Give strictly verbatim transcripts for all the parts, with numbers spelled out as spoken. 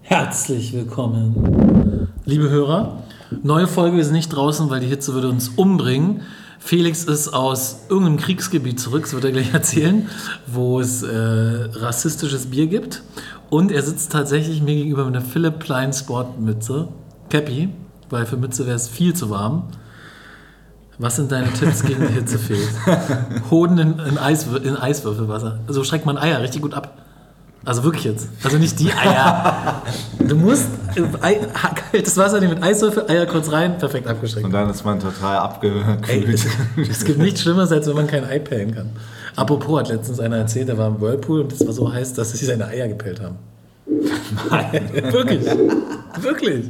Herzlich willkommen, liebe Hörer. Neue Folge, wir sind nicht draußen, weil die Hitze würde uns umbringen. Felix ist aus irgendeinem Kriegsgebiet zurück, das wird er gleich erzählen, wo es äh, rassistisches Bier gibt. Und er sitzt tatsächlich mir gegenüber mit einer Philipp Plein Sportmütze, Cappy, weil für Mütze wäre es viel zu warm. Was sind deine Tipps gegen die Hitze, Felix? Hoden in, in, Eiswür- in Eiswürfelwasser. So schreckt man Eier richtig gut ab. Also wirklich jetzt. Also nicht die Eier. Du musst Ei, kaltes Wasser nehmen mit Eiswürfel, Eier kurz rein, perfekt abgeschreckt. Und dann ist man total abgekühlt. Es, es gibt nichts Schlimmeres, als wenn man kein Ei pellen kann. Apropos, hat letztens einer erzählt, der war im Whirlpool und das war so heiß, dass sie seine Eier gepellt haben. Nein. Wirklich. Wirklich.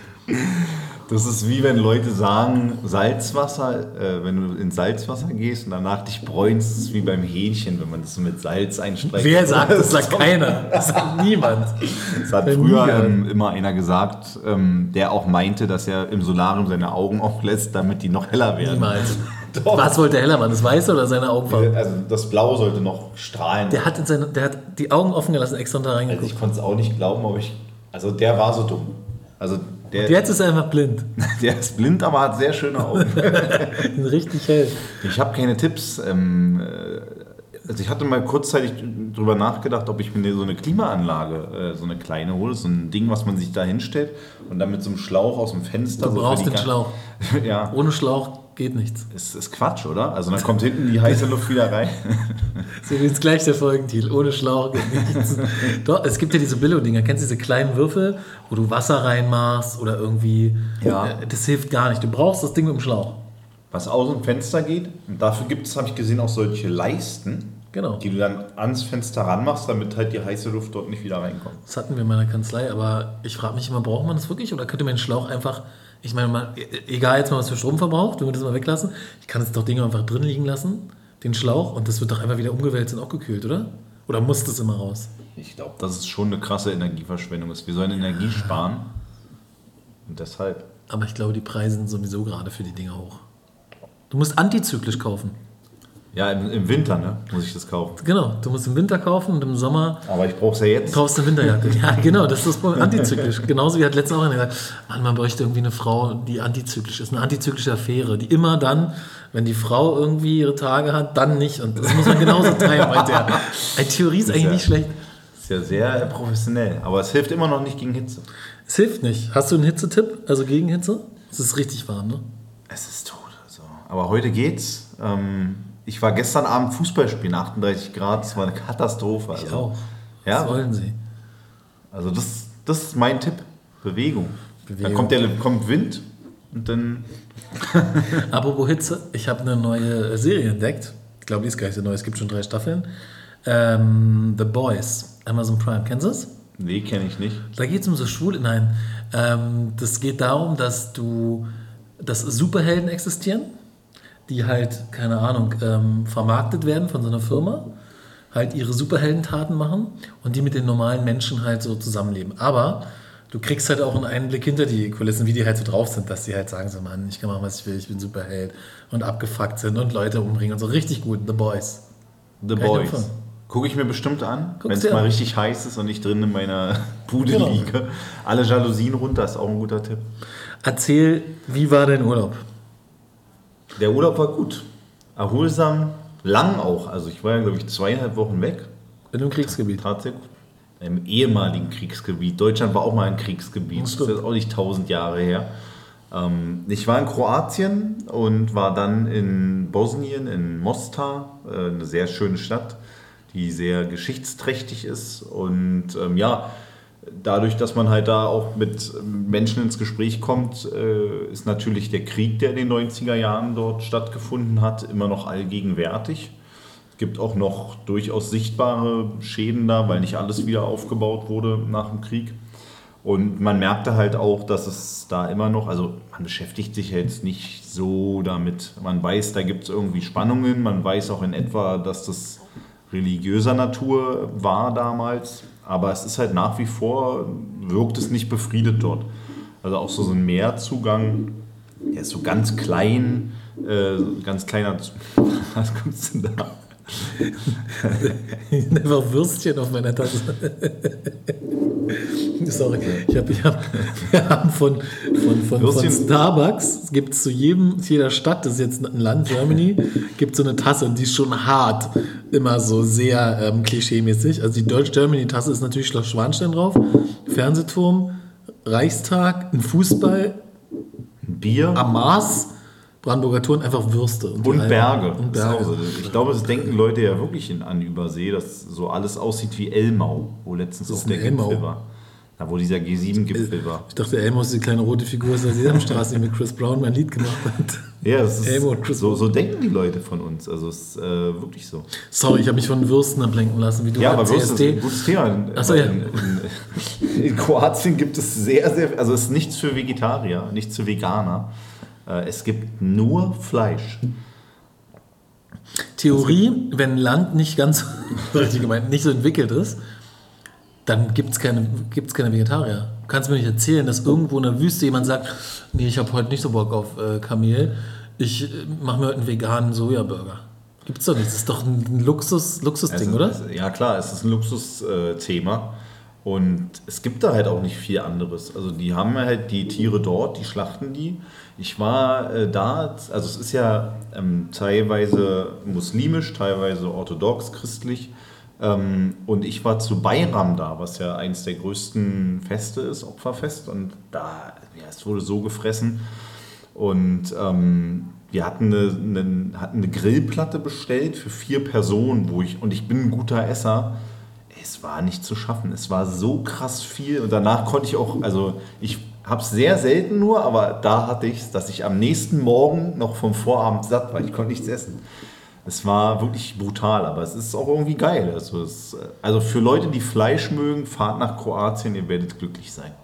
Das ist wie wenn Leute sagen, Salzwasser, äh, wenn du ins Salzwasser gehst und danach dich bräunst, das ist wie beim Hähnchen, wenn man das mit Salz einstreicht. Wer sagt das? Sagt keiner. Das sagt niemand. Das hat früher ähm, immer einer gesagt, ähm, der auch meinte, dass er im Solarium seine Augen auflässt, damit die noch heller werden. Niemals. Was wollte er heller machen? Das Weiße oder seine Augenfarbe? Also das Blau sollte noch strahlen. Der hat, in seine, der hat die Augen offen gelassen, extra da reingeguckt. Also ich konnte es auch nicht glauben, aber ich, also der war so dumm. Also der, Jetzt ist er einfach blind. Der ist blind, aber hat sehr schöne Augen. Richtig hell. Ich habe keine Tipps. Ähm, also ich hatte mal kurzzeitig drüber nachgedacht, ob ich mir so eine Klimaanlage, äh, so eine kleine hole, so ein Ding, was man sich da hinstellt und dann mit so einem Schlauch aus dem Fenster. Du so brauchst den Gan- Schlauch. Ja. Ohne Schlauch geht nichts. Ist, ist Quatsch, oder? Also dann kommt hinten die heiße Luft wieder rein. So wie jetzt gleich der Folgentitel. Ohne Schlauch geht nichts. Doch, es gibt ja diese Billo-Dinger. Kennst du diese kleinen Würfel, wo du Wasser reinmachst oder irgendwie... Ja. Äh, das hilft gar nicht. Du brauchst das Ding mit dem Schlauch. Was aus dem Fenster geht. Und dafür gibt es, habe ich gesehen, auch solche Leisten, Genau. die du dann ans Fenster ranmachst, damit halt die heiße Luft dort nicht wieder reinkommt. Das hatten wir in meiner Kanzlei, aber ich frage mich immer, braucht man das wirklich? Oder könnte man den Schlauch einfach... Ich meine, mal, egal jetzt mal, was für Strom verbraucht, wenn wir das mal weglassen, ich kann jetzt doch Dinge einfach drin liegen lassen, den Schlauch, und das wird doch einfach wieder umgewälzt und auch gekühlt, oder? Oder muss das immer raus? Ich glaube, dass es schon eine krasse Energieverschwendung ist. Wir sollen Energie sparen und deshalb. Aber ich glaube, die Preise sind sowieso gerade für die Dinger hoch. Du musst antizyklisch kaufen. Ja, im, im Winter, ne, muss ich das kaufen. Genau, du musst im Winter kaufen und im Sommer... Aber ich brauche es ja jetzt. Kaufst eine Winterjacke. Ja, genau, das ist das Problem. Antizyklisch. Genauso wie hat letztens auch einer gesagt, Mann, man bräuchte irgendwie eine Frau, die antizyklisch ist. Eine antizyklische Affäre, die immer dann, wenn die Frau irgendwie ihre Tage hat, dann nicht. Und das muss man genauso teilen, meinte er. Eine Theorie ist, ist eigentlich ja, nicht schlecht. Ist ja sehr professionell. Aber es hilft immer noch nicht gegen Hitze. Es hilft nicht. Hast du einen Hitzetipp? Also gegen Hitze? Es ist richtig warm, ne? Es ist tot. Also. Aber heute geht's. Ähm, ich war gestern Abend Fußball spielen, achtunddreißig Grad. Das war eine Katastrophe. Also. Ich auch. Ja? Was wollen sie? Also das, das ist mein Tipp. Bewegung. Bewegung. Dann kommt, der, kommt Wind und dann... Apropos Hitze, ich habe eine neue Serie entdeckt. Ich glaube, die ist gar nicht so neu. Es gibt schon drei Staffeln. Ähm, The Boys, Amazon Prime. Kennst du es? Nee, kenne ich nicht. Da geht es um so Schwul... Nein, ähm, das geht darum, dass du... dass Superhelden existieren, die halt, keine Ahnung, ähm, vermarktet werden von so einer Firma, halt ihre Superheldentaten machen und die mit den normalen Menschen halt so zusammenleben. Aber du kriegst halt auch einen Einblick hinter die Kulissen, wie die halt so drauf sind, dass die halt sagen so, Mann, ich kann machen, was ich will, ich bin Superheld und abgefuckt sind und Leute umbringen und so. Richtig gut, The Boys. The Kann ich Boys. Gucke ich mir bestimmt an, Guck's wenn es dir mal an. richtig heiß ist und ich drin in meiner Bude Genau. liege. Alle Jalousien runter, ist auch ein guter Tipp. Erzähl, wie war dein Urlaub? Der Urlaub war gut. Erholsam, lang auch. Also ich war ja, glaube ich, zweieinhalb Wochen weg. In einem Kriegsgebiet. Tatsächlich. Im ehemaligen Kriegsgebiet. Deutschland war auch mal ein Kriegsgebiet. Das ist jetzt auch nicht tausend Jahre her. Ähm, ich war in Kroatien und war dann in Bosnien, in Mostar, äh, eine sehr schöne Stadt, die sehr geschichtsträchtig ist. Und ähm, ja, dadurch, dass man halt da auch mit Menschen ins Gespräch kommt, äh, ist natürlich der Krieg, der in den neunziger Jahren dort stattgefunden hat, immer noch allgegenwärtig. Es gibt auch noch durchaus sichtbare Schäden da, weil nicht alles wieder aufgebaut wurde nach dem Krieg. Und man merkte halt auch, dass es da immer noch, also man beschäftigt sich jetzt nicht so damit. Man weiß, da gibt es irgendwie Spannungen, man weiß auch in etwa, dass das religiöser Natur war damals. Aber es ist halt nach wie vor, wirkt es nicht befriedet dort. Also auch so, so ein Meerzugang, der ist so ganz klein, äh, ganz kleiner, was kommt's denn da? Einfach Würstchen auf meiner Tasse. Sorry, ich hab, ich hab, wir haben von, von, von, von Starbucks, gibt es zu jedem, jeder Stadt, das ist jetzt ein Land, Germany, gibt es so eine Tasse und die ist schon hart, immer so sehr ähm, klischee-mäßig. Also die Deutsch-Germany-Tasse ist natürlich Schloss Schwanstein drauf, Fernsehturm, Reichstag, ein Fußball, ein Bier, am Mars, Brandenburger Tor und einfach Würste. Und, und Berge. Und Berge. So. Ich glaube, das denken Leute ja wirklich in, an Übersee, dass so alles aussieht wie Elmau, wo letztens auch der Elmau? Gipfel war. Da, wo dieser G sieben Gipfel war. Ich dachte, Elmo ist die kleine rote Figur aus der Sesamstraße, die mit Chris Brown mein Lied gemacht hat. Ja, das ist, Elmo und Chris so, so denken die Leute von uns. Also es ist äh, wirklich so. Sorry, ich habe mich von Würsten ablenken lassen, wie du. Ja, aber Würsten ist ein gutes Thema. In, Achso, ja. in, in, in Kroatien gibt es sehr, sehr, also es ist nichts für Vegetarier, nichts für Veganer. Äh, es gibt nur Fleisch. Theorie, wenn ein Land nicht ganz, richtig gemeint, nicht so entwickelt ist, dann gibt es keine, gibt's keine Vegetarier. Du kannst mir nicht erzählen, dass irgendwo in der Wüste jemand sagt, nee, ich habe heute nicht so Bock auf äh, Kamel, ich äh, mache mir heute einen veganen Sojaburger. Gibt's doch nicht. Das ist doch ein Luxus, Luxusding, also, oder? Es, ja klar, es ist ein Luxusthema. Und es gibt da halt auch nicht viel anderes. Also die haben halt die Tiere dort, die schlachten die. Ich war äh, da, also es ist ja ähm, teilweise muslimisch, teilweise orthodox, christlich. Ähm, und ich war zu Bayram da, was ja eines der größten Feste ist, Opferfest. Und da, ja, es wurde so gefressen. Und ähm, wir hatten eine, eine, hatten eine Grillplatte bestellt für vier Personen, wo ich, und ich bin ein guter Esser. Es war nicht zu schaffen. Es war so krass viel. Und danach konnte ich auch, also ich habe es sehr selten nur, aber da hatte ich es, dass ich am nächsten Morgen noch vom Vorabend satt war. Ich konnte nichts essen. Es war wirklich brutal, aber es ist auch irgendwie geil. Also, es, also für Leute, die Fleisch mögen, fahrt nach Kroatien, ihr werdet glücklich sein.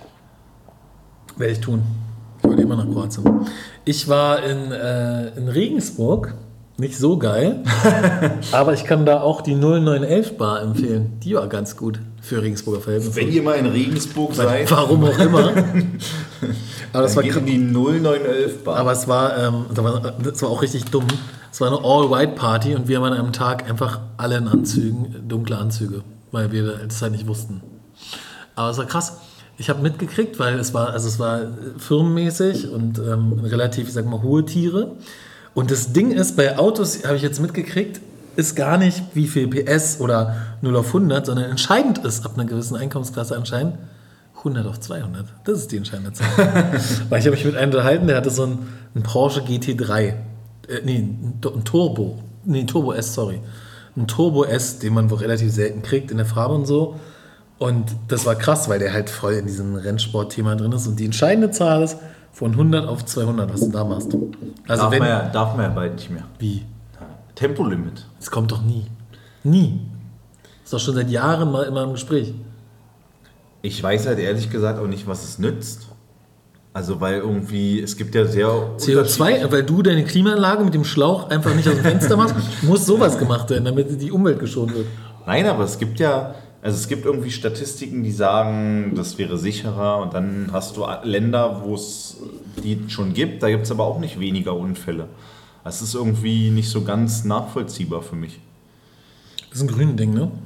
Werde ich tun. Ich wollte immer nach Kroatien. Ich war in, äh, in Regensburg. Nicht so geil, aber ich kann da auch die null neun elf Bar empfehlen. Die war ganz gut für Regensburger Verhältnisse. Wenn ihr mal in Regensburg seid. Warum auch immer. Aber das war geht in die null neun elf Bar. Aber es war, ähm, das war, das war auch richtig dumm. Es war eine All-White-Party und wir waren an einem Tag einfach alle in Anzügen, dunkle Anzüge, weil wir das halt nicht wussten. Aber es war krass. Ich habe mitgekriegt, weil es war, also es war firmenmäßig und ähm, relativ, ich sag mal, hohe Tiere. Und das Ding ist, bei Autos, habe ich jetzt mitgekriegt, ist gar nicht, wie viel P S oder null auf hundert, sondern entscheidend ist, ab einer gewissen Einkommensklasse anscheinend, hundert auf zweihundert. Das ist die entscheidende Zahl. Weil ich habe mich mit einem unterhalten, der hatte so einen, einen Porsche G T drei. Äh, nee, ein, ein Turbo. Nee, ein Turbo S, sorry. Ein Turbo S, den man wohl relativ selten kriegt in der Farbe und so. Und das war krass, weil der halt voll in diesem Rennsport-Thema drin ist. Und die entscheidende Zahl ist, von hundert auf zweihundert, was du da machst. Also darf, wenn, man ja, darf man ja bald nicht mehr. Wie? Tempolimit. Das kommt doch nie. Nie. Ist doch schon seit Jahren mal immer im Gespräch. Ich weiß halt ehrlich gesagt auch nicht, was es nützt. Also weil irgendwie, es gibt ja sehr... C O zwei, weil du deine Klimaanlage mit dem Schlauch einfach nicht aus dem Fenster machst, muss sowas gemacht werden, damit die Umwelt geschont wird. Nein, aber es gibt ja... Also es gibt irgendwie Statistiken, die sagen, das wäre sicherer und dann hast du Länder, wo es die schon gibt, da gibt es aber auch nicht weniger Unfälle. Das ist irgendwie nicht so ganz nachvollziehbar für mich. Das ist ein grünes Ding, ne?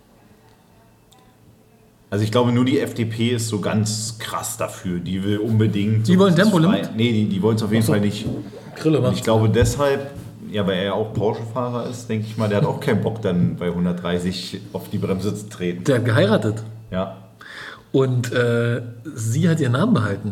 Also ich glaube, nur die F D P ist so ganz krass dafür. Die will unbedingt... Die so wollen Tempolimit? Nee, die, die wollen es auf jeden Ach so. Fall nicht. Grille Und macht. ich glaube deshalb... Ja, weil er ja auch Porsche-Fahrer ist, denke ich mal, der hat auch keinen Bock, dann bei hundertdreißig auf die Bremse zu treten. Der hat geheiratet. Ja. Und äh, sie hat ihren Namen behalten.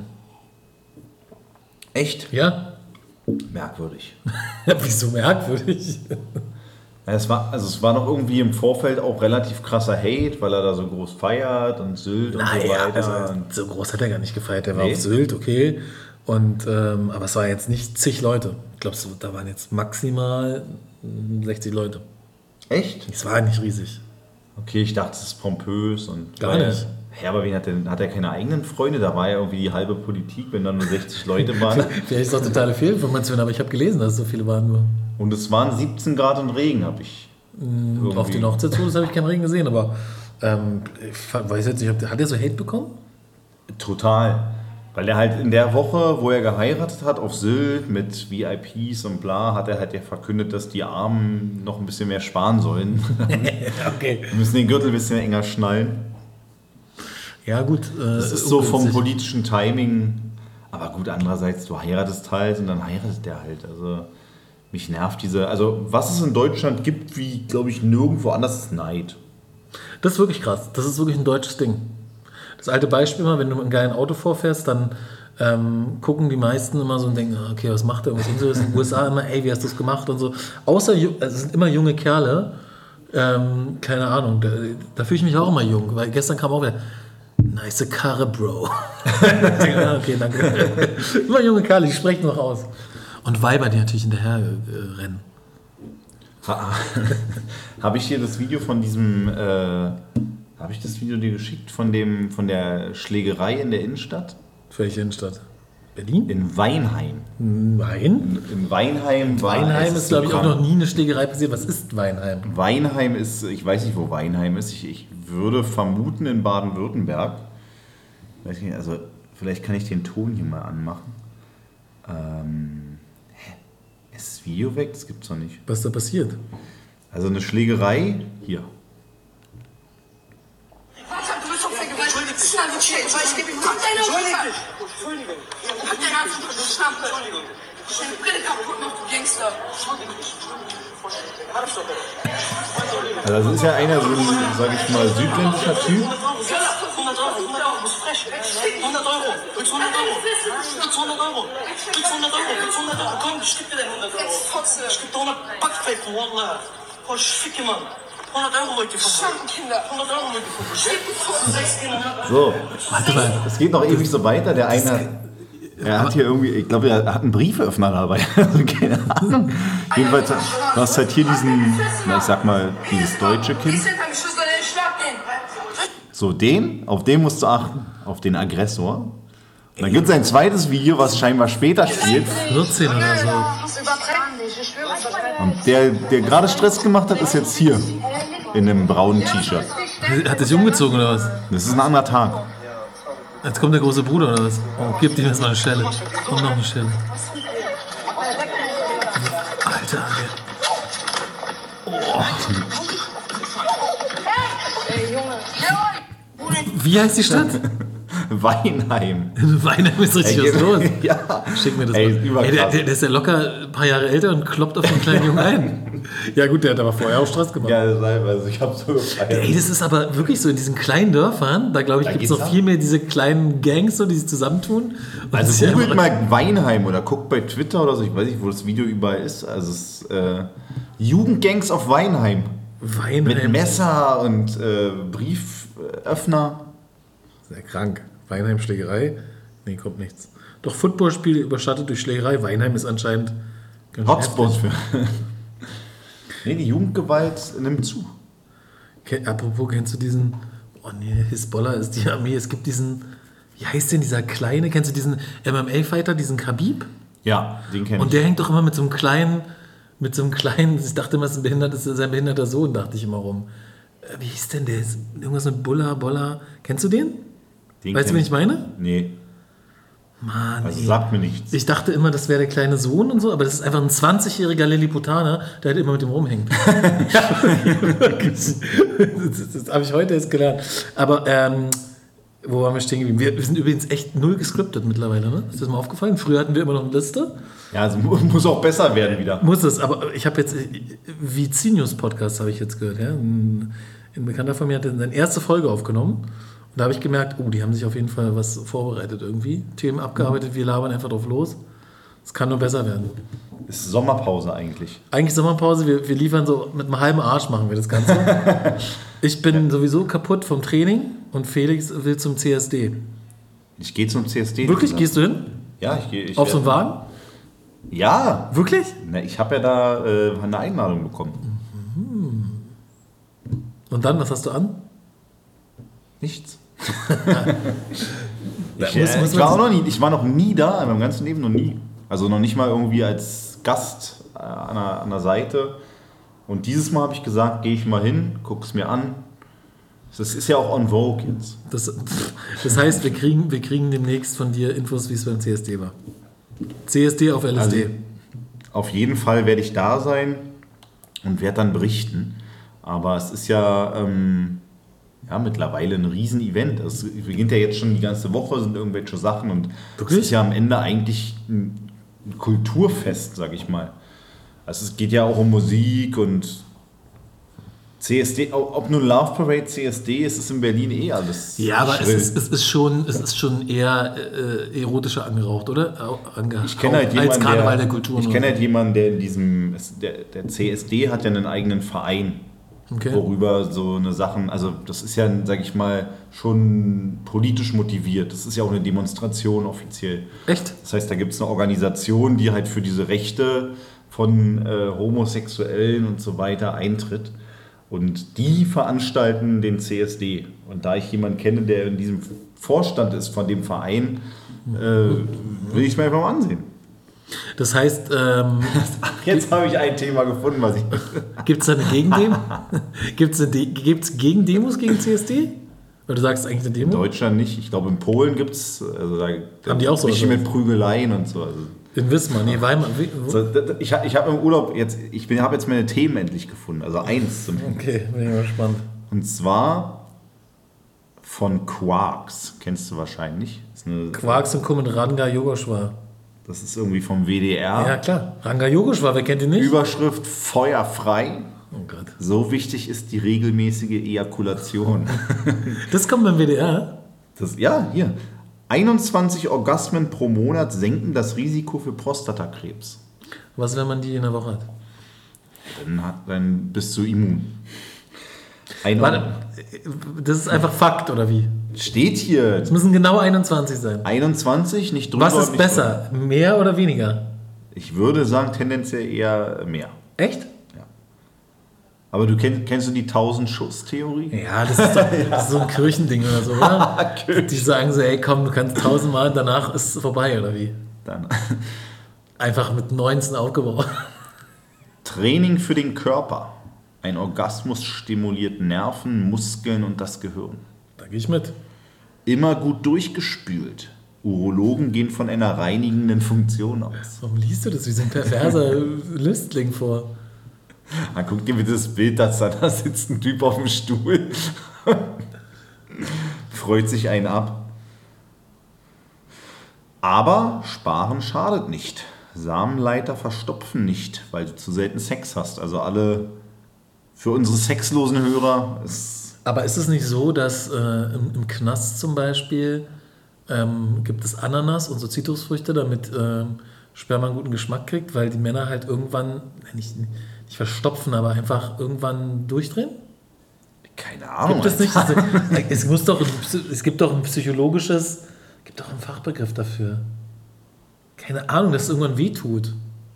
Echt? Ja. Merkwürdig. Ja, wieso merkwürdig? Ja, es war, also es war noch irgendwie im Vorfeld auch relativ krasser Hate, weil er da so groß feiert und Sylt und Naja, so weiter. also, so groß hat er gar nicht gefeiert. Der war Nee. auf Sylt, okay. Und, ähm, aber es waren jetzt nicht zig Leute. Ich glaube, so, da waren jetzt maximal sechzig Leute. Echt? Es war nicht riesig. Okay, ich dachte, es ist pompös und... Gar weil- nicht. Ja, aber wen hat, der, hat er keine eigenen Freunde? Da war ja irgendwie die halbe Politik, wenn da nur sechzig Leute waren. Vielleicht ist das totale Fehlinformation, aber ich habe gelesen, dass es so viele waren nur. Und es waren siebzehn Grad und Regen, habe ich. Und auf den Hochzeitsfotos habe ich keinen Regen gesehen, aber ähm, ich fa- weiß jetzt nicht, ob der, hat er so Hate bekommen? Total. Weil er halt in der Woche, wo er geheiratet hat, auf Sylt mit V I Ps und bla, hat er halt ja verkündet, dass die Armen noch ein bisschen mehr sparen sollen. Okay. Wir müssen den Gürtel ein bisschen enger schnallen. Ja, gut. Äh, das ist so vom politischen Timing. Aber gut, andererseits, du heiratest halt und dann heiratet der halt. Also mich nervt diese... Also was es in Deutschland gibt, wie, glaube ich, nirgendwo anders, ist Neid. Das ist wirklich krass. Das ist wirklich ein deutsches Ding. Das alte Beispiel immer, wenn du mit einem geilen Auto vorfährst, dann ähm, gucken die meisten immer so und denken, okay, was macht der? Was sind so? Das ist in den U S A immer, ey, wie hast du das gemacht? Und so. Außer, also es sind immer junge Kerle, ähm, keine Ahnung, da, da fühle ich mich auch immer jung, weil gestern kam auch wieder, nice Karre, Bro. Ja, okay, danke. Immer junge Kerle, die sprechen noch aus. Und Weiber, die natürlich hinterher äh, rennen. Habe ich dir das Video von diesem, äh, habe ich das Video dir geschickt von dem, von der Schlägerei in der Innenstadt? Welche Innenstadt? Berlin? In Weinheim. Wein? In, in Weinheim war Weinheim ist, glaube ich, so auch noch nie eine Schlägerei passiert. Was ist Weinheim? Weinheim ist, ich weiß nicht, wo Weinheim ist. Ich, ich würde vermuten in Baden-Württemberg. Weiß nicht, also vielleicht kann ich den Ton hier mal anmachen. Ähm, hä? Ist das Video weg? Das gibt's doch nicht. Was ist da passiert? Also eine Schlägerei hier. Ich gebe ihm Komm deine Entschuldigung. Entschuldigung. Hab deine Hand unter die Schlampe. Entschuldigung. Ich deine Brille kaputt noch, du Gangster. Also das ist ja einer so ein, sag ich mal, südländischer Typ. hundert Euro, hundert Euro, bist frech. hundert Euro, willst hundert Euro? Willst hundert Euro? Willst hundert Euro? Willst hundert Euro? Komm, ich geb dir deine hundert Euro. Ich geb dir hundert Backpfeifen, Wallah. Oh, ich ficke, Mann. hundert Euro wollt ihr von mir. hundert Euro wollt ihr von mir. So, es geht noch ewig so weiter. Der eine, er hat hier irgendwie, ich glaube, er hat einen Brieföffner dabei. Keine Ahnung. Jedenfalls, du hast halt hier diesen, na, ich sag mal, dieses deutsche Kind. So, den, auf den musst du achten, auf den Aggressor. Und dann gibt es ein zweites Video, was scheinbar später spielt. vierzehn oder so. Und der, der gerade Stress gemacht hat, ist jetzt hier. In einem braunen T-Shirt. Hat er sich umgezogen oder was? Das ist ein anderer Tag. Jetzt kommt der große Bruder oder was? Oh, gib ihm jetzt mal eine Schelle. Und noch eine Schelle. Alter, oh. Wie heißt die Stadt? Weinheim. Weinheim ist richtig was los. Ja. Schick mir das Ey, mal. Ey, der, der, der ist ja locker ein paar Jahre älter und kloppt auf den kleinen Jungen ein. Ja gut, der hat aber vorher auch Stress gemacht. Ja, also ich hab's so gefeiert. Ey, das ist aber wirklich so in diesen kleinen Dörfern, da glaube ich, gibt es noch viel mehr diese kleinen Gangs, so, die sich zusammentun. Und also googelt ja mal Weinheim oder guckt bei Twitter oder so, ich weiß nicht, wo das Video überall ist. Also es ist äh, Jugendgangs auf Weinheim. Weinheim. Mit Messer und äh, Brieföffner. Sehr krank. Weinheim Schlägerei? Nee, kommt nichts. Doch Footballspiel überschattet durch Schlägerei. Weinheim ist anscheinend ganz Hotspot für. Nee, die Jugendgewalt nimmt zu. Okay, apropos, kennst du diesen, oh nee, Hisbollah ist die Armee, es gibt diesen, wie heißt denn dieser kleine, kennst du diesen M M A-Fighter, diesen Khabib? Ja, den kenn ich. Und der hängt doch immer mit so einem kleinen, mit so einem kleinen, ich dachte immer, es ist ein behinderter, sein behinderter Sohn, dachte ich immer rum. Wie hieß denn der? Irgendwas mit Bulla, Bolla, kennst du den? den weißt du, wen ich meine? Nee. Mann, also ey. sagt mir nichts. Ich dachte immer, das wäre der kleine Sohn und so, aber das ist einfach ein zwanzigjähriger Lilliputaner, der halt immer mit dem rumhängt. Ja, wirklich. Das, das habe ich heute erst gelernt. Aber ähm, wo waren wir stehen geblieben? Wir, wir sind übrigens echt null gescriptet mittlerweile, ne? Ist das mal aufgefallen? Früher hatten wir immer noch eine Liste. Ja, also muss auch besser werden wieder. Muss es, aber ich habe jetzt, wie Zinius Podcast habe ich jetzt gehört, ja? Ein, ein Bekannter von mir hat seine erste Folge aufgenommen. Und da habe ich gemerkt, oh, die haben sich auf jeden Fall was vorbereitet irgendwie. Themen abgearbeitet, wir labern einfach drauf los. Es kann nur besser werden. Ist Sommerpause eigentlich. Eigentlich Sommerpause, wir, wir liefern so, mit einem halben Arsch machen wir das Ganze. Ich bin sowieso kaputt vom Training und Felix will zum C S D. Ich gehe zum C S D. Wirklich? Gehst du hin? Ja, ich gehe. Auf so einen Wagen? Ja. Wirklich? Na, ich habe ja da äh, eine Einladung bekommen. Und dann, was hast du an? Nichts. ich, ich, äh, ich, war auch noch nie, ich war noch nie da, in meinem ganzen Leben noch nie. Also noch nicht mal irgendwie als Gast äh, an, der, an der Seite. Und dieses Mal habe ich gesagt, gehe ich mal hin, gucke es mir an. Das ist ja auch on Vogue jetzt. Das, das heißt, wir kriegen, wir kriegen demnächst von dir Infos, wie es beim C S D war. C S D auf L S D. Also, auf jeden Fall werde ich da sein und werde dann berichten. Aber es ist ja... Ähm, ja, mittlerweile ein Riesen-Event. Es beginnt ja jetzt schon die ganze Woche, sind irgendwelche Sachen und Wirklich? es ist ja am Ende eigentlich ein Kulturfest, sag ich mal. Also es geht ja auch um Musik und C S D, ob nun Love Parade, C S D, ist es in Berlin eh alles. Ja, aber es schrill. ist, es, ist schon, es ist schon eher äh, erotischer angehaucht, oder? Ange Ich kenne halt als jemanden, Karneval der, der Kulturen. ich kenne halt jemanden, der in diesem, der, der C S D hat ja einen eigenen Verein, Okay. worüber so eine Sachen, also das ist ja, sag ich mal, schon politisch motiviert. Das ist ja auch eine Demonstration offiziell. Echt? Das heißt, da gibt es eine Organisation, die halt für diese Rechte von äh, Homosexuellen und so weiter eintritt. Und die veranstalten den C S D. Und da ich jemanden kenne, der in diesem Vorstand ist von dem Verein, äh, will ich es mir einfach mal ansehen. Das heißt, ähm, Jetzt habe ich ein Thema gefunden, was ich... gibt es da eine Gegendemo? Gibt es gibt's Gegendemos gegen C S D? Oder du sagst eigentlich eine In Demo? Deutschland nicht. Ich glaube, in Polen gibt es... Also da, Haben die auch so Richtig was? mit Prügeleien und so. Also, In Wismar, nee, Weimar. Wie- wo? so, da- ich ich habe im Urlaub jetzt... Ich habe jetzt meine Themen endlich gefunden. Also eins zum Okay, bin ich mal gespannt. Und zwar von Quarks. Kennst du wahrscheinlich. Das ist, eine, Quarks und Co. mit Ranga Yogeshwar. das ist irgendwie vom W D R. Ja, klar. Ranga Yogeshwar, wer kennt ihn nicht? Überschrift feuerfrei. Oh Gott. So wichtig ist die regelmäßige Ejakulation. Das kommt beim W D R. Das, ja, hier. einundzwanzig Orgasmen pro Monat senken das Risiko für Prostatakrebs. Was, wenn man die in der Woche hat? Dann, hat, dann bist du immun. Ein Warte, das ist einfach Fakt, oder wie? Steht hier Es müssen genau einundzwanzig sein. einundzwanzig, nicht drüber. Was ist nicht besser? Mehr oder weniger? drüber. Ich würde sagen, tendenziell eher mehr. Echt? Aber du kennst, kennst du die tausend-Schuss-Theorie? Ja, das ist, doch, das ist so ein Kirchending oder so, oder? Die sagen so, ey komm, du kannst tausendmal, danach ist es vorbei, oder wie? Dann. Einfach mit neunzehn aufgebaut. Training für den Körper. Ein Orgasmus stimuliert Nerven, Muskeln und das Gehirn. Da gehe ich mit. Immer gut durchgespült. Urologen gehen von einer reinigenden Funktion aus. Warum liest du das wie so ein perverser Lüstling vor? Ah, guck dir bitte das Bild, dass da, da sitzt ein Typ auf dem Stuhl. Freut sich einen ab. Aber sparen schadet nicht. Samenleiter verstopfen nicht, weil du zu selten Sex hast. Also alle, für unsere sexlosen Hörer, ist Aber ist es nicht so, dass äh, im, im Knast zum Beispiel ähm, gibt es Ananas und so Zitrusfrüchte, damit ähm, Sperma einen guten Geschmack kriegt, weil die Männer halt irgendwann, nicht, nicht verstopfen, aber einfach irgendwann durchdrehen? keine Ahnung. Gibt es nicht? Es, muss doch, es gibt doch ein psychologisches, gibt doch einen Fachbegriff dafür. Keine Ahnung, dass es irgendwann wehtut.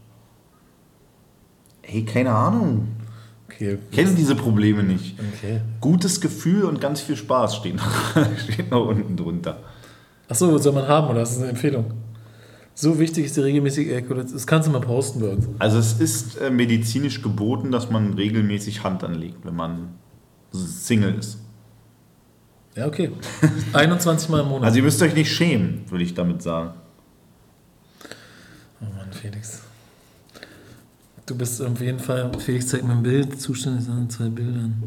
Hey, keine Ahnung. Okay. Kennen diese Probleme nicht. Okay. Gutes Gefühl und ganz viel Spaß steht noch, steht noch unten drunter. Achso, soll man haben oder ist das eine Empfehlung? So wichtig ist die regelmäßige Ejakulation. Das kannst du mal posten bei uns. Also es ist äh, medizinisch geboten, dass man regelmäßig Hand anlegt, wenn man Single ist. Ja, okay. einundzwanzig Mal im Monat. Also ihr müsst euch nicht schämen, würde ich damit sagen. Oh Mann, Felix. Du bist auf jeden Fall, Felix zeigt mir ein Bild, zuständig sind zwei Bildern.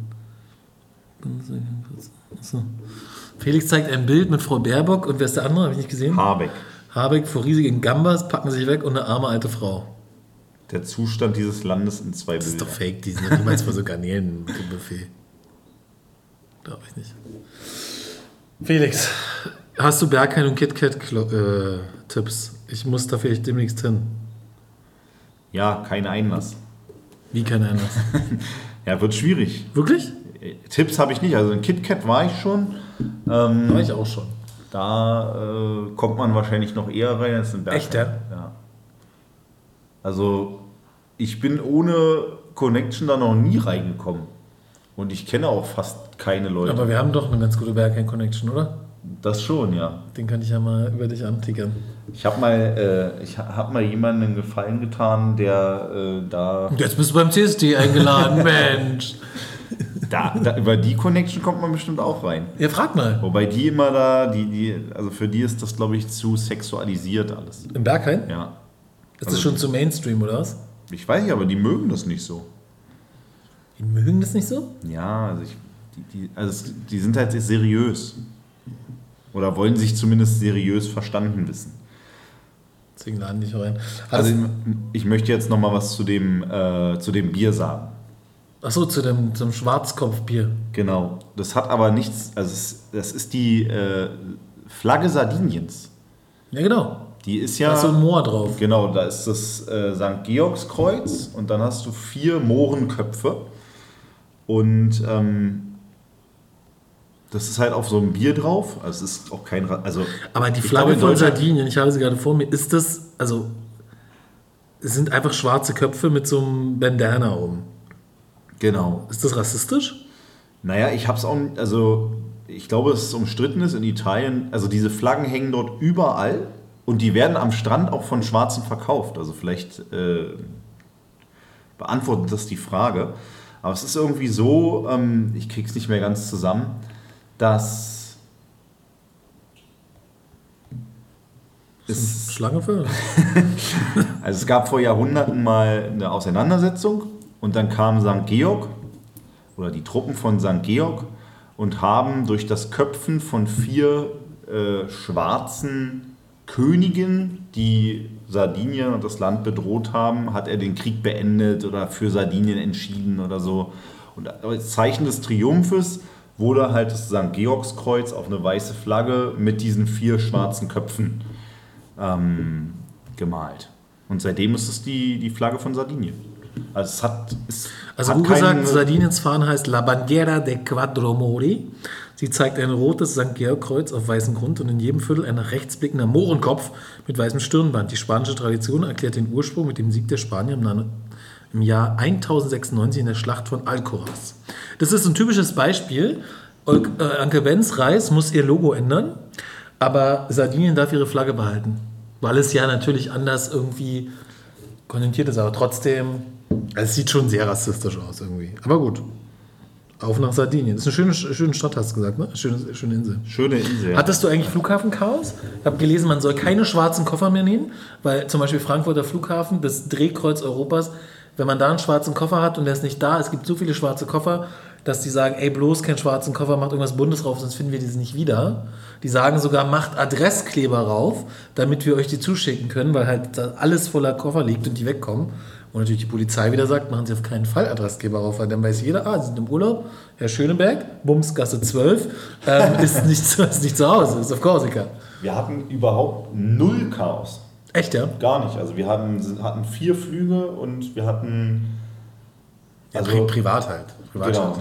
Achso. Felix zeigt ein Bild mit Frau Baerbock und wer ist der andere? Habe ich nicht gesehen? Habeck. Habeck vor riesigen Gambas, packen sich weg und eine arme alte Frau. Der Zustand dieses Landes in zwei Das ist Bildern. doch fake, die sind doch niemals vor so Garnelen mit dem Buffet. Glaube ich nicht. Felix, hast du Berghain und KitKat-Tipps? Ich muss da vielleicht demnächst hin. Ja, kein Einlass. Wie kein Einlass? Ja, wird schwierig. Wirklich? Tipps habe ich nicht. Also in KitKat war ich schon. Ähm, War ich auch schon. Da äh, kommt man wahrscheinlich noch eher rein als in Berghain. Echt, ja? Ja. Also ich bin ohne Connection da noch nie reingekommen. Und ich kenne auch fast keine Leute. Aber wir haben doch eine ganz gute Berghain-Connection, oder? Das schon, ja. Den kann ich ja mal über dich antickern. Ich habe mal, äh, ich hab mal jemandem einen Gefallen getan, der äh, da, Und jetzt bist du beim C S D eingeladen, Mensch. da, da... Über die Connection kommt man bestimmt auch rein. Ja, frag mal. Wobei die immer da, die, die, also für die ist das, glaube ich, zu sexualisiert alles. Im Berghain? Ja. Ist Also- das schon zu Mainstream, oder was? Ich weiß nicht, aber die mögen das nicht so. Die mögen das nicht so? Ja, also ich die, die, also die sind halt seriös. Oder wollen sich zumindest seriös verstanden wissen. Deswegen laden die nicht rein. Also ich möchte jetzt noch mal was zu dem, äh, zu dem Bier sagen. Achso, zu dem, zum Schwarzkopfbier. Genau. Das hat aber nichts, also es, das ist die äh, Flagge Sardiniens. Ja, genau. Die ist ja... Da ist so ein Moor drauf. Genau, da ist das äh, Sankt Georgskreuz und dann hast du vier Mohrenköpfe. Und ähm, das ist halt auf so einem Bier drauf. Also es ist auch kein... Also aber die Flagge von Sardinien, ich habe sie gerade vor mir, ist das... Also es sind einfach schwarze Köpfe mit so einem Bandana oben. Genau. Ist das rassistisch? Naja, ich hab's auch... Also ich glaube, dass es umstritten ist in Italien. Also diese Flaggen hängen dort überall. Und die werden am Strand auch von Schwarzen verkauft. Also vielleicht äh, beantwortet das die Frage. Aber es ist irgendwie so, ähm, ich krieg's nicht mehr ganz zusammen, dass es... Schlange für? Also es gab vor Jahrhunderten mal eine Auseinandersetzung und dann kam Sankt Georg oder die Truppen von Sankt Georg und haben durch das Köpfen von vier äh, schwarzen Königen, die Sardinien und das Land bedroht haben, hat er den Krieg beendet oder für Sardinien entschieden oder so. Und als Zeichen des Triumphes wurde halt das Sankt Georgskreuz auf eine weiße Flagge mit diesen vier schwarzen Köpfen ähm, gemalt. Und seitdem ist es die, die Flagge von Sardinien. Also es hat... Es also hat gut keine, gesagt, Sardiniens Fahne heißt La Bandiera de Quattro Mori. Sie zeigt ein rotes Sankt Georg-Kreuz auf weißem Grund und in jedem Viertel ein nach rechts blickender Mohrenkopf mit weißem Stirnband. Die spanische Tradition erklärt den Ursprung mit dem Sieg der Spanier im, im Jahr tausendsechsundneunzig in der Schlacht von Alcoraz. Das ist ein typisches Beispiel. Anke Benz Reis muss ihr Logo ändern, aber Sardinien darf ihre Flagge behalten. Weil es ja natürlich anders irgendwie konnotiert ist, aber trotzdem, es sieht schon sehr rassistisch aus irgendwie. Aber gut. Auf nach Sardinien. Das ist eine schöne, schöne Stadt, hast du gesagt, ne? Schöne, schöne Insel. Schöne Insel. Ja. Hattest du eigentlich Flughafenchaos? Ich habe gelesen, man soll keine schwarzen Koffer mehr nehmen, weil zum Beispiel Frankfurter Flughafen, das Drehkreuz Europas, wenn man da einen schwarzen Koffer hat und der ist nicht da, es gibt so viele schwarze Koffer, dass die sagen, ey, bloß keinen schwarzen Koffer, macht irgendwas Buntes drauf, sonst finden wir diese nicht wieder. Die sagen sogar, macht Adresskleber rauf, damit wir euch die zuschicken können, weil halt da alles voller Koffer liegt und die wegkommen. Und natürlich die Polizei wieder sagt, machen Sie auf keinen Fall Adressgeber rauf, weil dann weiß jeder, ah, Sie sind im Urlaub, Herr Schöneberg, Bumsgasse zwölf, ähm, ist, nicht, ist nicht zu Hause, ist auf Korsika. Wir hatten überhaupt null Chaos. Echt, ja? Gar nicht. Also wir hatten, hatten vier Flüge und wir hatten... Also ja, pri privat halt. Privat genau.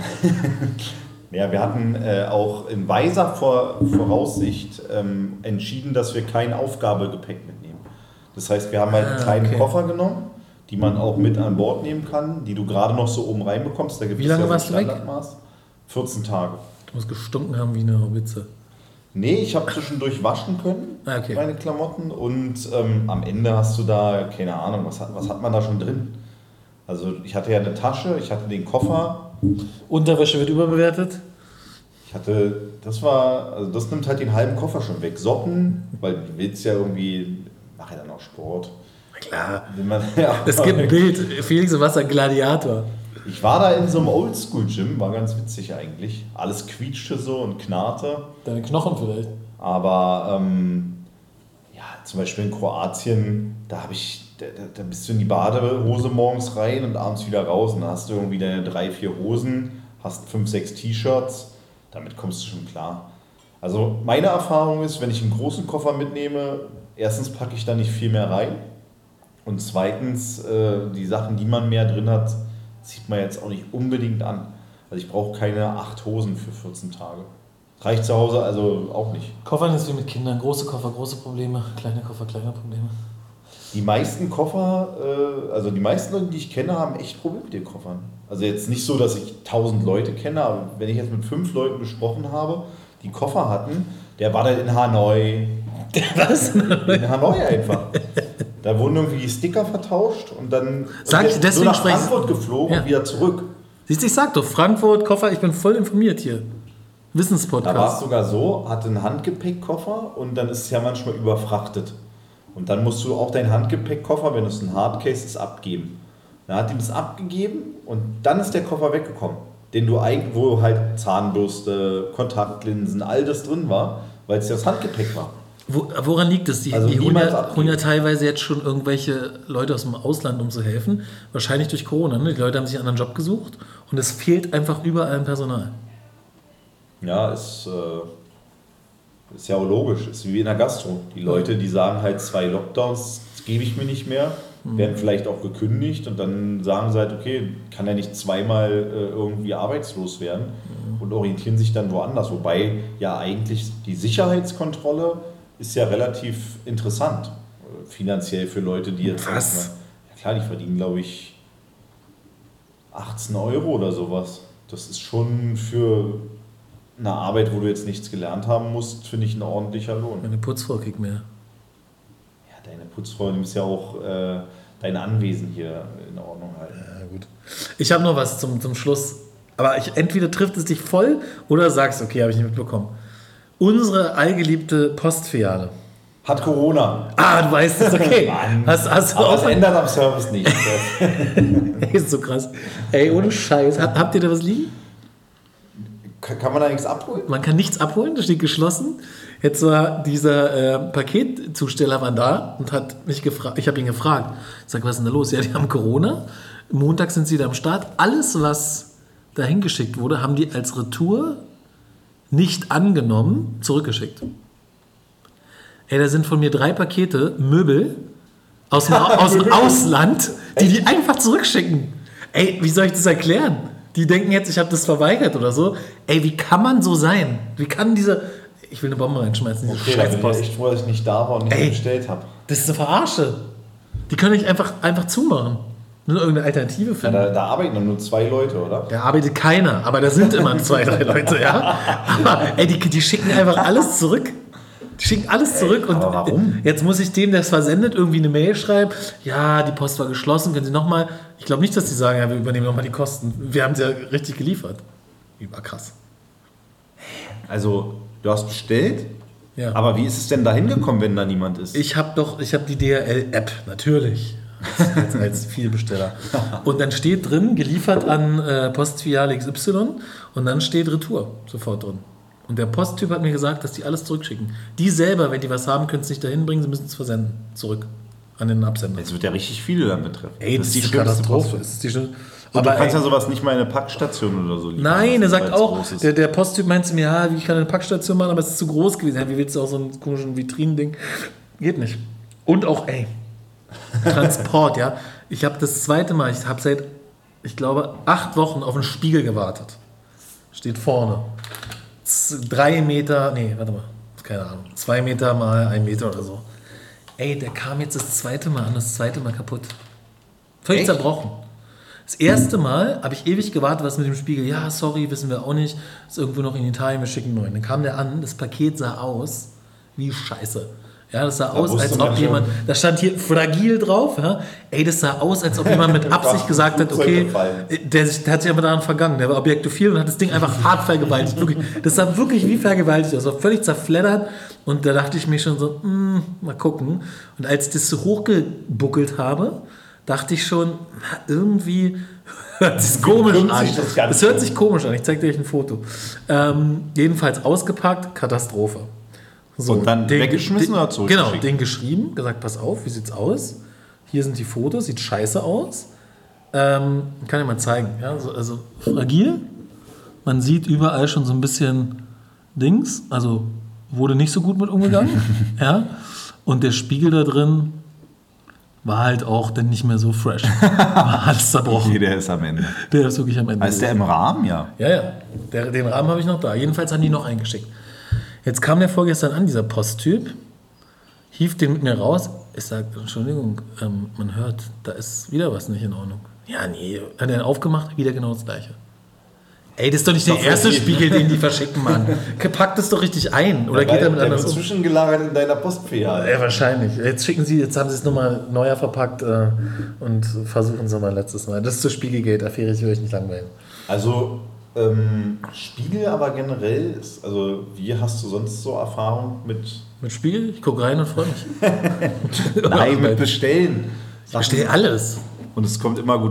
Ja, wir hatten äh, auch in weiser Vor Voraussicht ähm, entschieden, dass wir kein Aufgabegepäck mitnehmen. Das heißt, wir haben halt einen kleinen okay. Koffer genommen, die man auch mit an Bord nehmen kann, die du gerade noch so oben reinbekommst. Da gibt Wie es lange ja so warst du weg? Standardmaß. vierzehn Tage. Du musst gestunken haben wie eine Hobitze. Nee, ich habe zwischendurch waschen können, Ah, okay. meine Klamotten. Und ähm, am Ende hast du da, keine Ahnung, was hat, was hat man da schon drin? Also ich hatte ja eine Tasche, ich hatte den Koffer. Unterwäsche wird überbewertet? Ich hatte, das war, also das nimmt halt den halben Koffer schon weg. Socken, weil du willst ja irgendwie, mach ja dann auch Sport. Klar. Will man, ja, Es gibt ein Bild, Felix und Wasser Gladiator. Ich war da in so einem Oldschool-Gym, war ganz witzig eigentlich. Alles quietschte so und knarrte. Deine Knochen vielleicht. Aber ähm, ja, zum Beispiel in Kroatien, da habe ich, da, da bist du in die Badehose morgens rein und abends wieder raus und da hast du irgendwie deine drei, vier Hosen, hast fünf, sechs T-Shirts, damit kommst du schon klar. Also meine Erfahrung ist, wenn ich einen großen Koffer mitnehme, erstens packe ich da nicht viel mehr rein und zweitens, äh, die Sachen, die man mehr drin hat, zieht man jetzt auch nicht unbedingt an. Also ich brauche keine acht Hosen für vierzehn Tage. Reicht zu Hause also auch nicht. Koffern ist wie mit Kindern. Große Koffer, große Probleme. Kleine Koffer, kleine Probleme. Die meisten Koffer, äh, also die meisten Leute, die ich kenne, haben echt Probleme mit den Koffern. Also jetzt nicht so, dass ich tausend Leute kenne, aber wenn ich jetzt mit fünf Leuten gesprochen habe, die Koffer hatten, der war dann in Hanoi. Was? In Hanoi einfach. Da wurden irgendwie die Sticker vertauscht und dann Sag ich, so deswegen nach spreche ich- Frankfurt geflogen Ja. und wieder zurück. Siehst du, ich sag doch, Frankfurt, Koffer, ich bin voll informiert hier. Da war es Wissenspodcast. sogar so, hatte einen Handgepäckkoffer und dann ist es ja manchmal überfrachtet. Und dann musst du auch deinen Handgepäckkoffer, wenn es ein Hardcase ist, abgeben. Dann hat die das abgegeben und dann ist der Koffer weggekommen. den du eigentlich, wo halt Zahnbürste, Kontaktlinsen, all das drin war, weil es ja das Handgepäck war. Wo, woran liegt es? Die, Also die holen, niemals ja, abgeben. holen ja teilweise jetzt schon irgendwelche Leute aus dem Ausland, um zu helfen. Wahrscheinlich durch Corona. Ne? Die Leute haben sich einen anderen Job gesucht und es fehlt einfach überall an Personal. Ja, ist, äh, ist ja auch logisch. Ist wie in der Gastro. Die Leute, die sagen halt zwei Lockdowns, das gebe ich mir nicht mehr, werden vielleicht auch gekündigt und dann sagen sie halt, okay, kann ja nicht zweimal äh, irgendwie arbeitslos werden und orientieren sich dann woanders. Wobei ja eigentlich die Sicherheitskontrolle ist ja relativ interessant, äh, finanziell für Leute, die jetzt... Was? Mal, ja klar, die verdienen, glaube ich, achtzehn Euro oder sowas. Das ist schon für eine Arbeit, wo du jetzt nichts gelernt haben musst, finde ich ein ordentlicher Lohn. Meine Putzfrau kriegt mehr. Ja, deine Putzfrau, die muss ja auch äh, dein Anwesen hier in Ordnung halten. Ja, gut. Ich habe noch was zum, zum Schluss. Aber ich, entweder trifft es dich voll oder sagst, okay, habe ich nicht mitbekommen. Unsere allgeliebte Postfiliale. Hat Corona. Ah, du weißt es, okay. Mann. Hast, hast du Aber auch es ändert am Service nichts. Ey, ist so krass. Ey, ohne Scheiß. Habt, habt ihr da was liegen? Kann, kann man da nichts abholen? Man kann nichts abholen, das steht geschlossen. Jetzt war dieser äh, Paketzusteller war da und hat mich gefragt, ich habe ihn gefragt, ich sage, was ist denn da los? Ja, die haben Corona, Montag sind sie da am Start. Alles, was dahin geschickt wurde, haben die als Retour nicht angenommen, zurückgeschickt. Ey, da sind von mir drei Pakete Möbel aus dem, aus dem Ausland, die die einfach zurückschicken. Ey, wie soll ich das erklären? Die denken jetzt, ich habe das verweigert oder so. Ey, wie kann man so sein? Wie kann diese... Ich will eine Bombe reinschmeißen, diese Okay, da bin ich Scheißpost. echt froh, dass ich nicht da war und nicht Ey. bestellt habe. Das ist eine Verarsche. Die können nicht einfach, einfach zumachen. Nur irgendeine Alternative Ja, finden. da, da arbeiten dann nur zwei Leute, oder? Da arbeitet keiner, aber da sind immer zwei, drei Leute, ja. Aber ey, die, die schicken einfach alles zurück. Die schicken alles zurück. Und aber warum? jetzt muss ich dem, der es versendet, irgendwie eine Mail schreiben. Ja, die Post war geschlossen, können Sie nochmal... Ich glaube nicht, dass die sagen, ja, wir übernehmen nochmal die Kosten. Wir haben sie ja richtig geliefert. Überkrass. Also, du hast bestellt, Ja. aber wie ist es denn da hingekommen, wenn da niemand ist? Ich habe doch, ich habe die D H L-App, natürlich. Als, als, als Vielbesteller. Und dann steht drin, geliefert an äh, Postfiliale X Y und dann steht Retour sofort drin. Und der Posttyp hat mir gesagt, dass die alles zurückschicken. Die selber, wenn die was haben, können es nicht dahin bringen, sie müssen es versenden. Zurück an den Absender. Es wird ja richtig viele dann betreffen. Ey, das, ist die schlimmste Katastrophe. Post. Das ist die schlimm- Und Aber du kannst ey, ja sowas nicht mal in eine Packstation oder so liefern. nein, er lassen, sagt weil es auch, groß ist. der, der Posttyp meint zu mir, ja, wie kann eine Packstation machen, aber es ist zu groß gewesen. Ja, wie willst du auch so einen komischen Vitrinending? Geht nicht. Und auch, ey, Transport, ja. Ich habe das zweite Mal, ich habe seit, ich glaube, acht Wochen auf einen Spiegel gewartet. Steht vorne. Z- Drei Meter, nee, warte mal, keine Ahnung. Zwei Meter mal ein Meter oder so. Ey, der kam jetzt das zweite Mal an, das zweite Mal kaputt. Völlig Echt? zerbrochen. Das erste Mal habe ich ewig gewartet, was mit dem Spiegel, ja, sorry, wissen wir auch nicht, ist irgendwo noch in Italien, wir schicken einen neuen. Dann kam der an, das Paket sah aus wie Scheiße. Ja, das sah aus, wusste als man ob schon. jemand, da stand hier fragil drauf, ja. Ey, das sah aus, als ob jemand mit Absicht gesagt hat, Flugzeug okay, gefallen. der, sich- der hat sich aber daran vergangen, der war objektophil und hat das Ding einfach hart vergewaltigt. Wirklich, das sah wirklich wie vergewaltigt aus, war völlig zerfleddert und da dachte ich mir schon so, mm, mal gucken. Und als ich das so hochgebuckelt habe, dachte ich schon, na, irgendwie hört sich komisch Hört an. sich das Ganze Es hört an. sich komisch an, ich zeige dir euch ein Foto. Ähm, jedenfalls ausgepackt, Katastrophe. So, Und dann weggeschmissen oder zurückgeschickt? Genau, den geschrieben, gesagt, pass auf, wie sieht's aus? Hier sind die Fotos, sieht scheiße aus. Ähm, kann ich mal zeigen. Ja, also, also fragil. Man sieht überall schon so ein bisschen Dings, also wurde nicht so gut mit umgegangen. Ja. Und der Spiegel da drin war halt auch dann nicht mehr so fresh. War alles zerbrochen. Okay, der ist am Ende. Der ist wirklich am Ende. Ist der im Rahmen? Ja. Ja, ja. Der, den Rahmen habe ich noch da. Jedenfalls haben die noch eingeschickt. Jetzt kam der vorgestern an, dieser Posttyp, hieft den mit mir raus. Ich sage, Entschuldigung, ähm, man hört, da ist wieder was nicht in Ordnung. Ja, nee. Hat er aufgemacht, wieder genau das Gleiche. Ey, das ist doch nicht der doch erste richtig. Spiegel, den die verschicken, Mann. Packt das doch richtig ein. Oder geht er mit der anders wird um? zwischengelagert in deiner Postfiliale. Ja, wahrscheinlich. Jetzt schicken sie, jetzt haben sie es nochmal neuer verpackt äh, und versuchen es nochmal letztes Mal. Das ist zur Spiegelgate-Affäre, ich will euch nicht langweilen. Also, ähm, Spiegel aber generell, ist, also wie hast du sonst so Erfahrung mit... Mit Spiegel? Ich gucke rein und freue mich. Nein, mit Bestellen. Ich bestelle alles. Und es kommt immer gut an.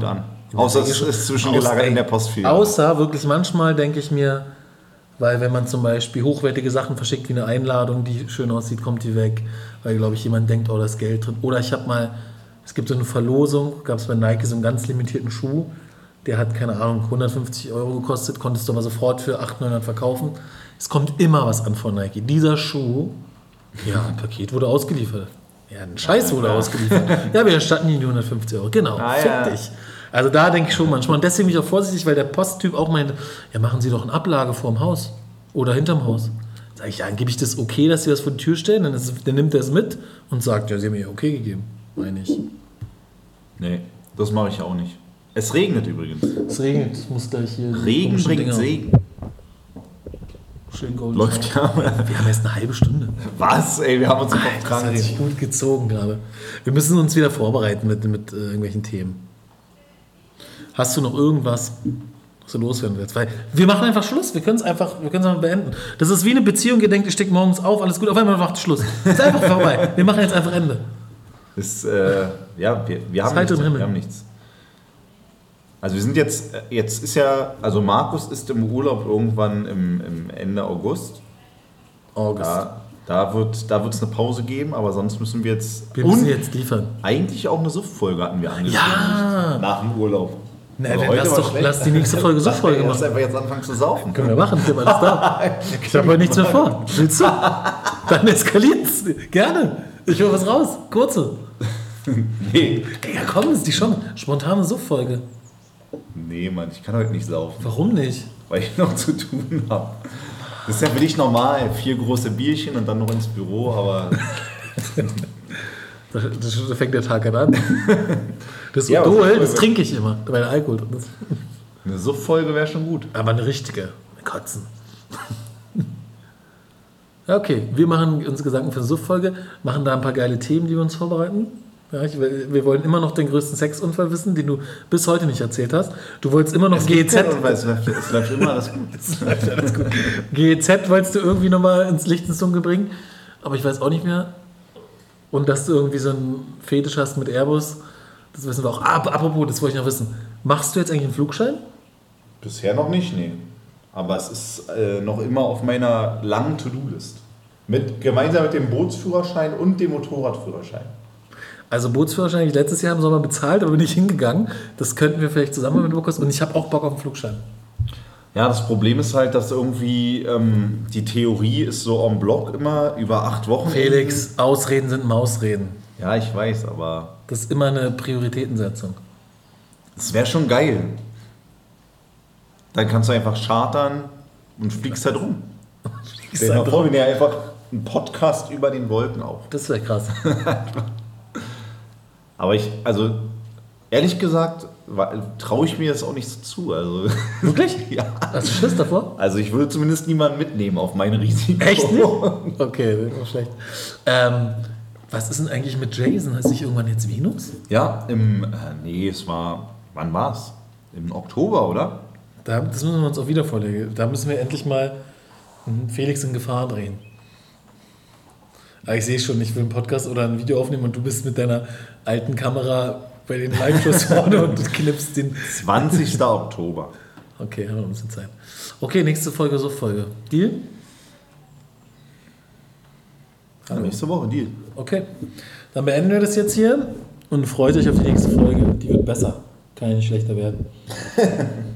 Außer es ist zwischengelagert in der Postfiliale. Außer wirklich manchmal denke ich mir, weil wenn man zum Beispiel hochwertige Sachen verschickt, wie eine Einladung, die schön aussieht, kommt die weg. Weil, glaube ich, jemand denkt, oh, da ist Geld drin. Oder ich habe mal, es gibt so eine Verlosung, gab es bei Nike so einen ganz limitierten Schuh. Der hat, keine Ahnung, hundertfünfzig Euro gekostet, konntest du aber sofort für achthundert, neunhundert verkaufen. Es kommt immer was an von Nike. Dieser Schuh, ja, ein Paket wurde ausgeliefert. Ja, ein Scheiß wurde ausgeliefert. Ja, wir erstatten Ihnen die hundertfünfzig Euro. Genau, ah, fick ja. dich. Also da denke ich schon manchmal. Und deswegen bin ich auch vorsichtig, weil der Posttyp auch meinte, ja, machen Sie doch eine Ablage vorm Haus oder hinterm Haus. Sag ich, ja, dann gebe ich das okay, dass Sie das vor die Tür stellen. Dann, ist, dann nimmt er es mit und sagt, ja, Sie haben mir okay gegeben. Meine ich. Nee, das mache ich auch nicht. Es regnet übrigens. Es regnet, ich muss gleich hier... Regen bringt Dinger. Segen. Schön golden. Läuft ja. Wir haben jetzt eine halbe Stunde. Was? Ey, wir haben uns im Kopf Das dran hat sich gut gezogen gerade. Wir müssen uns wieder vorbereiten mit, mit äh, irgendwelchen Themen. Hast du noch irgendwas, was du loswerden willst? Weil wir machen einfach Schluss. Wir können es einfach, wir können es einfach beenden. Das ist wie eine Beziehung, ihr denkt, ihr steckt morgens auf, alles gut, auf einmal macht Schluss. Ist einfach vorbei. Wir machen jetzt einfach Ende. Ist, äh, ja, wir, wir, haben Zeit nichts, im Himmel. wir haben nichts. Also wir sind jetzt, jetzt ist ja, also Markus ist im Urlaub irgendwann im, im Ende August. August. Da, da wird da wird's eine Pause geben, aber sonst müssen wir jetzt... Wir müssen und jetzt liefern. eigentlich auch eine Suff-Folge hatten wir angekündigt. Ja. Nach dem Urlaub. Na, Aber dann heute lass, war doch, schlecht. lass die nächste Folge Suff-Folge Lass machen. einfach jetzt anfangen zu saufen. Können wir machen, ich habe alles da. Ich habe heute nichts mehr vor. Willst du? Dann eskaliert's. Gerne. Ich hole was raus. Kurze. Nee. Ja komm, das ist die schon. Spontane Suff-Folge. Nee, Mann, ich kann heute nicht saufen, Warum nicht? weil ich noch zu tun habe. Das ist ja für dich normal. Vier große Bierchen und dann noch ins Büro, aber... Da, da fängt der Tag an. Das Ja, aber Odol, so- das trinke ich immer, weil der Alkohol drin ist. Eine Suff-Folge wäre schon gut. Aber eine richtige. Kotzen. Ja, okay, wir machen uns Gedanken für eine Suff-Folge, machen da ein paar geile Themen, die wir uns vorbereiten. Ja, ich, wir wollen immer noch den größten Sexunfall wissen, den du bis heute nicht erzählt hast. Du wolltest immer noch G E Z. Es läuft, es läuft immer alles gut. Es läuft alles gut. G E Z wolltest du irgendwie nochmal ins Licht ins Dunkel bringen, aber ich weiß auch nicht mehr. Und dass du irgendwie so einen Fetisch hast mit Airbus, das wissen wir auch. Ah, apropos, das wollte ich noch wissen. Machst du jetzt eigentlich einen Flugschein? Bisher noch nicht, nee. Aber es ist äh, noch immer auf meiner langen To-Do-List. Mit, gemeinsam mit dem Bootsführerschein und dem Motorradführerschein. Also Bootsführerschein habe ich letztes Jahr im Sommer bezahlt, aber bin nicht hingegangen. Das könnten wir vielleicht zusammen mit Lukas. Und ich habe auch Bock auf einen Flugschein. Ja, das Problem ist halt, dass irgendwie ähm, die Theorie ist so en bloc immer über acht Wochen. Felix, Ausreden sind Mausreden. Ja, ich weiß, aber Das ist immer eine Prioritätensetzung. es wäre schon geil. Dann kannst du einfach chartern und fliegst halt rum. Stell dir mal vor, wir nehmen einfach einen Podcast über den Wolken auf. Das wäre krass. Aber ich, also ehrlich gesagt, traue ich mir das auch nicht so zu. Also, Wirklich? ja. Hast du Schiss davor? Also ich würde zumindest niemanden mitnehmen auf mein Risiko. Echt nicht? Okay, das ist auch schlecht. Ähm, was ist denn eigentlich mit Jason? Heißt nicht irgendwann jetzt Venus? Ja, im, äh, nee, es war, wann war es? Im Oktober, oder? Da, das müssen wir uns auch wieder vorlegen. Da müssen wir endlich mal Felix in Gefahr drehen. Aber ich sehe schon, ich will einen Podcast oder ein Video aufnehmen und du bist mit deiner alten Kamera bei den Live-Shows vorne und du knippst den. zwanzigsten Oktober. Okay, haben wir ein bisschen Zeit. Okay, nächste Folge, so Folge. Deal? Ja, nächste Woche, Deal. Okay. Dann beenden wir das jetzt hier und freut euch auf die nächste Folge. Die wird besser. Kann ja nicht schlechter werden.